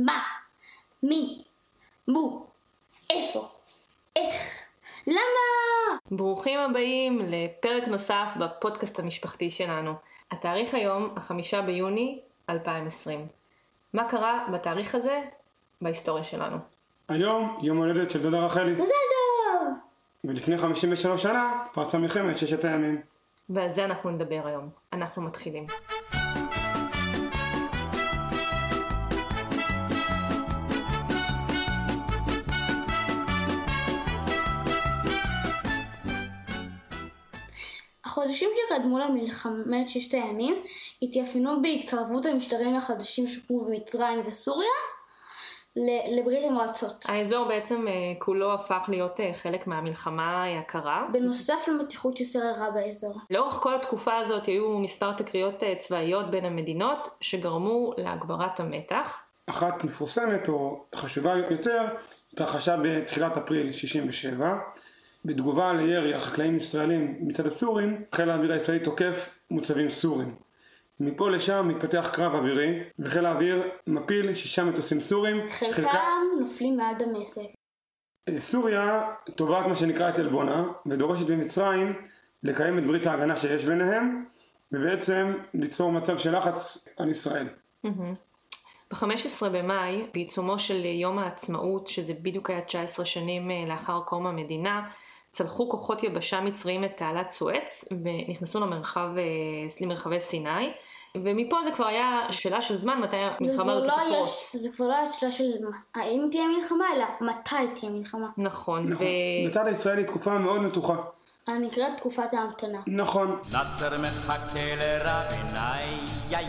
מה? מי? מו? איפה? איך? למה? ברוכים הבאים לפרק נוסף בפודקאסט המשפחתי שלנו. התאריך היום, 5 ביוני 2020. מה קרה בתאריך הזה בהיסטוריה שלנו? היום יום הולדת של דודה רחלי. מזל טוב! ולפני 53 שנה פרצה מלחמת ששת הימים. ועל זה אנחנו נדבר היום. אנחנו מתחילים. החודשים שקדמו למלחמת ששת הימים התייפנו בהתקרבות המשטרים החדשים שהוקמו במצרים וסוריה לברית המועצות. האזור בעצם כולו הפך להיות חלק מהמלחמה הקרה. בנוסף למתיחות ששררה באזור. לאורך כל התקופה הזאת היו מספר תקריות צבאיות בין המדינות שגרמו להגברת המתח. אחת מפורסמת או חשובה יותר התרחשה בתחילת אפריל 67. בתגובה לירי החקלאים ישראלים מצד הסורים, חיל האוויר הישראלי תוקף מוצבים סורים. מפה לשם מתפתח קרב אווירי, וחיל האוויר מפיל 6 מטוסים סורים. חלקם נופלים מעל דמשק. סוריה תובעת מה שנקרא את עלבונה, ודורשת במצרים לקיים את ברית ההגנה שיש ביניהם, ובעצם ליצור מצב של לחץ על ישראל. ב-15 במאי, בעיצומו של יום העצמאות, שזה בדיוק היה 19 שנים לאחר קום המדינה, צלחו כוחות יבשה מצריים את תעלת סואץ ונכנסו למרחבי סיני, ומפה זה כבר היה שאלה של זמן מתי המלחמה הזאת תפרוץ. זה כבר לא היה שאלה של האם תהיה מלחמה, אלא מתי תהיה מלחמה. נכון. בצד הישראלי תקופה מאוד מתוחה. נקראת תקופת ההמתנה. נכון. נאצר מחכה לרבין,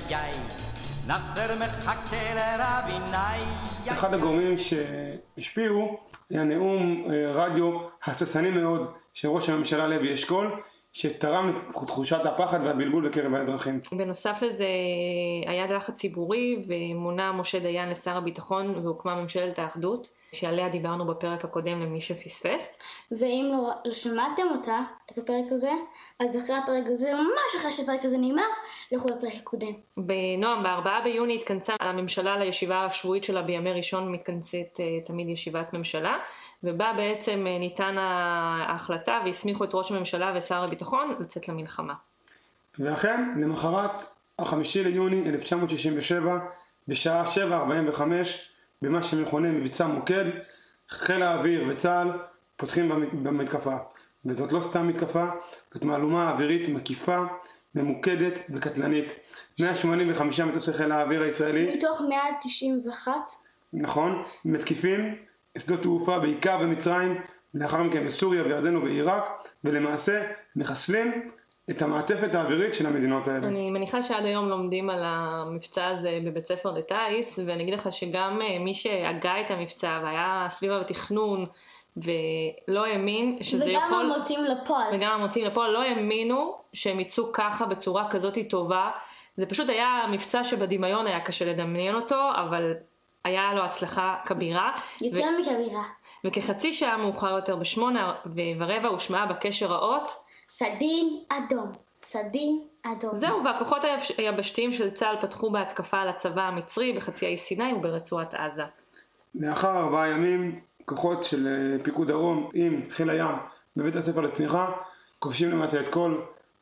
נאצר מחכה לרבין. אחד הגורמים שהשפיעו היה נאום רדיו הססני מאוד של ראש הממשלה לוי אשכול, שתרם לתחושת הפחד והבלבול בקרב האזרחים. בנוסף לזה היה לחץ ציבורי ומונה משה דיין לשר הביטחון והוקמה ממשלת האחדות, שעליה דיברנו בפרק הקודם למי שפספס. ואם לא שמעתם אותה, את הפרק הזה, אז אחרי הפרק הזה, ממש אחרי שהפרק הזה נגמר, לכו לפרק הקודם. בנועם, ב4 ביוני התכנסה הממשלה לישיבה השבועית שלה בימי ראשון, מתכנסת תמיד ישיבת ממשלה, ובה בעצם ניתן ההחלטה והסמיכו את ראש הממשלה ושר הביטחון לצאת למלחמה. ואכן, למחרת, 5 ליוני 1967, בשעה 7:45, במה שמכונה מבצע מוקד, חיל האוויר וצה"ל פותחים במתקפה. וזאת לא סתם מתקפה, זאת מהלומה אווירית מקיפה, ממוקדת וקטלנית. 185 מטוסי חיל האוויר הישראלי. מתוך 191. נכון, מתקיפים שדות תעופה בעיקר במצרים, לאחר מכן בסוריה וירדן ובעיראק, ולמעשה מחסלים את המעטפת האווירית של המדינות האלה. אני מניחה שעד היום לומדים על המבצע הזה בבית ספר לטייס, ואני אגיד לך שגם מי שהגה את המבצע והיה סביב התכנון ולא האמין שזה וגם יכול... וגם המוצאים לפועל לא האמינו שהם יצאו ככה בצורה כזאת טובה. זה פשוט היה מבצע שבדמיון היה קשה לדמיין אותו, אבל היה לו הצלחה כבירה. יותר מכבירה. וכחצי שעה מאוחר יותר ב8:15 הושמעה בקשר האות סדין אדום, סדין אדום. זהו, והכוחות היבשתיים של צה"ל פתחו בהתקפה על הצבא המצרי בחצי האי סיני וברצועת עזה. לאחר 4 ימים, כוחות של פיקוד דרום עם חיל הים בבית הספר לצניחה, כובשים למטה את כל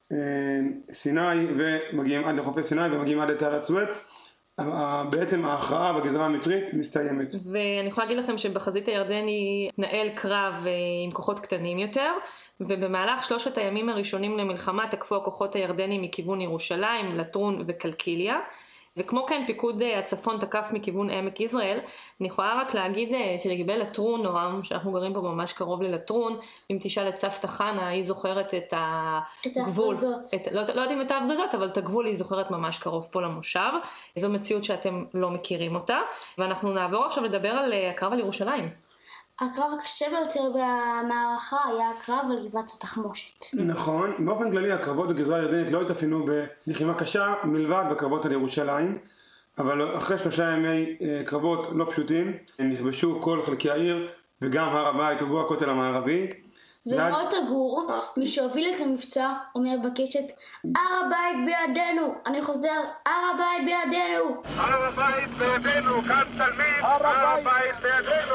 סיני ומגיעים עד לחופי סיני ומגיעים עד לתעלת סואץ. בעצם ההכרעה בגזרה המצרית מסתיימת. ואני יכולה להגיד לכם שבחזית הירדני התנהל קרב עם כוחות קטנים יותר, ובמהלך 3 הימים הראשונים למלחמה תקפו הכוחות הירדנים מכיוון ירושלים, לטרון וקלקיליה, וכמו כן פיקוד הצפון תקף מכיוון עמק יזרעאל. אני יכולה רק להגיד שלגבי לטרון, נורם, שאנחנו גרים פה ממש קרוב ללטרון, אם תשאל את סבתא חנה, היא זוכרת את הגבול. לא יודעת אם את ההפגזות, אבל את הגבול היא זוכרת ממש קרוב פה למושב. זו מציאות שאתם לא מכירים אותה. ואנחנו נעבור עכשיו לדבר על הקרב על ירושלים. הקרב הקשה ביותר במערכה היה הקרב על גבעת התחמושת. נכון, באופן כללי הקרבות בגזרה הירדנית לא התאפיינו בלחימה קשה מלבד בקרבות על ירושלים, אבל אחרי 3 ימי קרבות לא פשוטים, נכבשו כל חלקי העיר וגם הר הבית ובו הכותל המערבי. ומוטה גור, מי שהוביל את המבצע, אומר בקשת, הר הבית בידינו. אני חוזר, הר הבית בידינו. הר הבית בידינו, כאן תלמיד, הר הבית בידינו.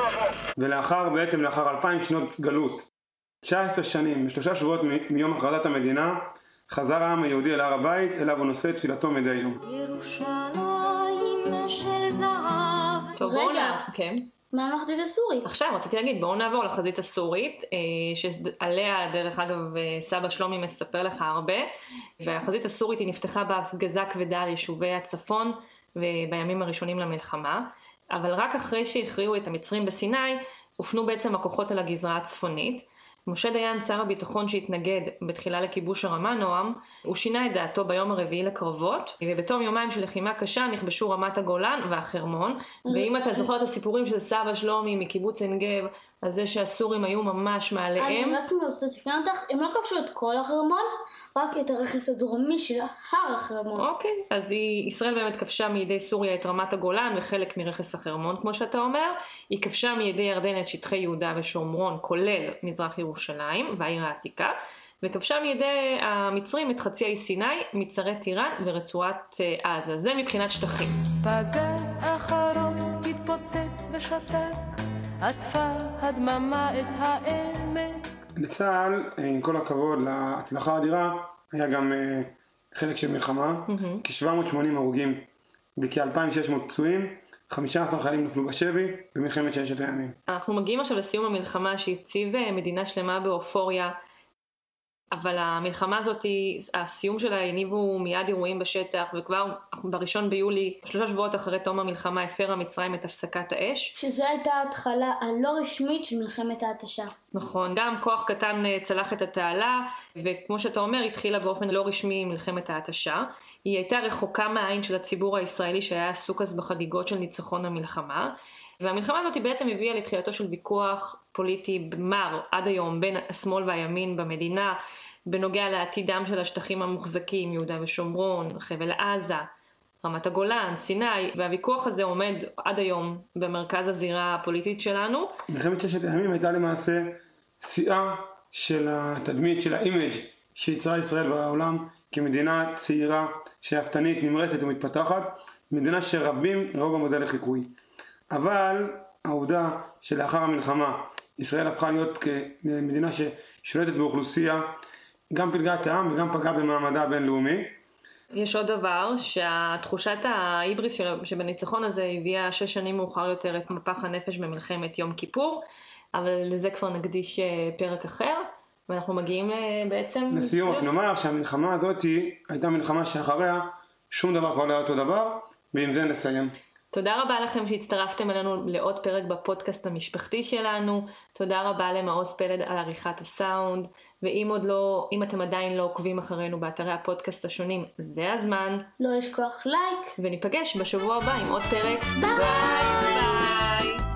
לאחר 2000 שנות גלות, 19 שנים, 3 שבועות מיום הכרזת המדינה, חזר העם היהודי אל הר הבית, אליו הוא נושא תפילתו מדי יום. ירושלים של זהב. טוב, רגע. כן. מה המחזית הסורית? עכשיו רציתי להגיד, בואו נעבור לחזית הסורית, שעליה דרך אגב סבא שלומי מספר לך הרבה, והחזית הסורית היא נפתחה בהפגזה כבדה על יישובי הצפון ובימים הראשונים למלחמה, אבל רק אחרי שהכריעו את המצרים בסיני, הופנו בעצם הכוחות על הגזרה הצפונית. משה דיין, שר הביטחון שהתנגד בתחילה לכיבוש הרמה נועם, הוא שינה את דעתו ביום הרביעי לקרבות, ובתום יומיים של לחימה קשה נכבשו רמת הגולן והחרמון, ואם אתה זוכר את הסיפורים של סבא שלומי מקיבוץ עין גב, על זה שהסורים היו ממש מעליהם. אני רק מרצה תקן אותך, הם לא כבשו את כל החרמון, רק את הרכס הדרומי של הר החרמון. אוקיי, אז ישראל באמת כבשה מידי סוריה את רמת הגולן וחלק מרכס החרמון, כמו שאתה אומר. היא כבשה מידי ירדן את שטחי יהודה ושומרון, כולל מזרח ירושלים והעיר העתיקה, וכבשה מידי המצרים את חצי האי סיני, מצרי טיראן ורצועת עזה. זה מבחינת שטחים. פגז אחרון התפוצץ ושתק, עטפה הדממה את העמק. לצה"ל, עם כל הכבוד להצלחה האדירה, היה גם חלק של מלחמה, כ-780 הרוגים וכ-2600 פצועים, 15 חיילים נפלו בשבי במלחמת 6 הימים. אנחנו מגיעים עכשיו לסיום המלחמה שהציב מדינה שלמה באופוריה, אבל המלחמה הזאת, הסיום שלה הניבו מיד אירועים בשטח, וכבר ב1 ביולי, 3 שבועות אחרי תום המלחמה, הפרה מצרים את הפסקת האש. שזו הייתה ההתחלה הלא רשמית של מלחמת ההתשה. נכון, גם כוח קטן צלח את התעלה, וכמו שאתה אומר, התחילה באופן לא רשמי מלחמת ההתשה. היא הייתה רחוקה מהעין של הציבור הישראלי שהיה עסוק אז בחגיגות של ניצחון המלחמה, והמלחמה הזאת בעצם הביאה לתחילתו של ויכוח פוליטי מר עד היום בין השמאל והימין במדינה, בנוגע לעתידם של השטחים המוחזקים, יהודה ושומרון, חבל עזה, רמת הגולן, סיני, והוויכוח הזה עומד עד היום במרכז הזירה הפוליטית שלנו. מלחמת 6 הימים הייתה למעשה שיאה של התדמית, של האימג' שיצרה ישראל בעולם כמדינה צעירה, שאפתנית, נמרצת ומתפתחת, מדינה שרבים ראו במודל לחיקוי. אבל העובדה שלאחר המלחמה ישראל הפכה להיות כמדינה ששולטת באוכלוסייה, גם פלגה את העם וגם פגעה במעמדה הבינלאומי. יש עוד דבר, שהתחושת ההיבריס שבניצחון הזה הביאה 6 שנים מאוחר יותר את מפח הנפש במלחמת יום כיפור, אבל לזה כבר נקדיש פרק אחר, ואנחנו מגיעים בעצם... לסיום, נאמר שהמלחמה הזאת הייתה מלחמה שאחריה שום דבר כבר לא היה אותו דבר, ועם זה נסיים. תודה רבה לכם שהצטרפתם אלינו לעוד פרק בפודקאסט המשפחתי שלנו. תודה רבה למעוז פלד על עריכת הסאונד, ואם אתם עדיין לא עוקבים אחרינו באתרי הפודקאסט השונים, זה הזמן. לא לשכוח לייק. וניפגש בשבוע הבא עם עוד פרק. ביי. ביי.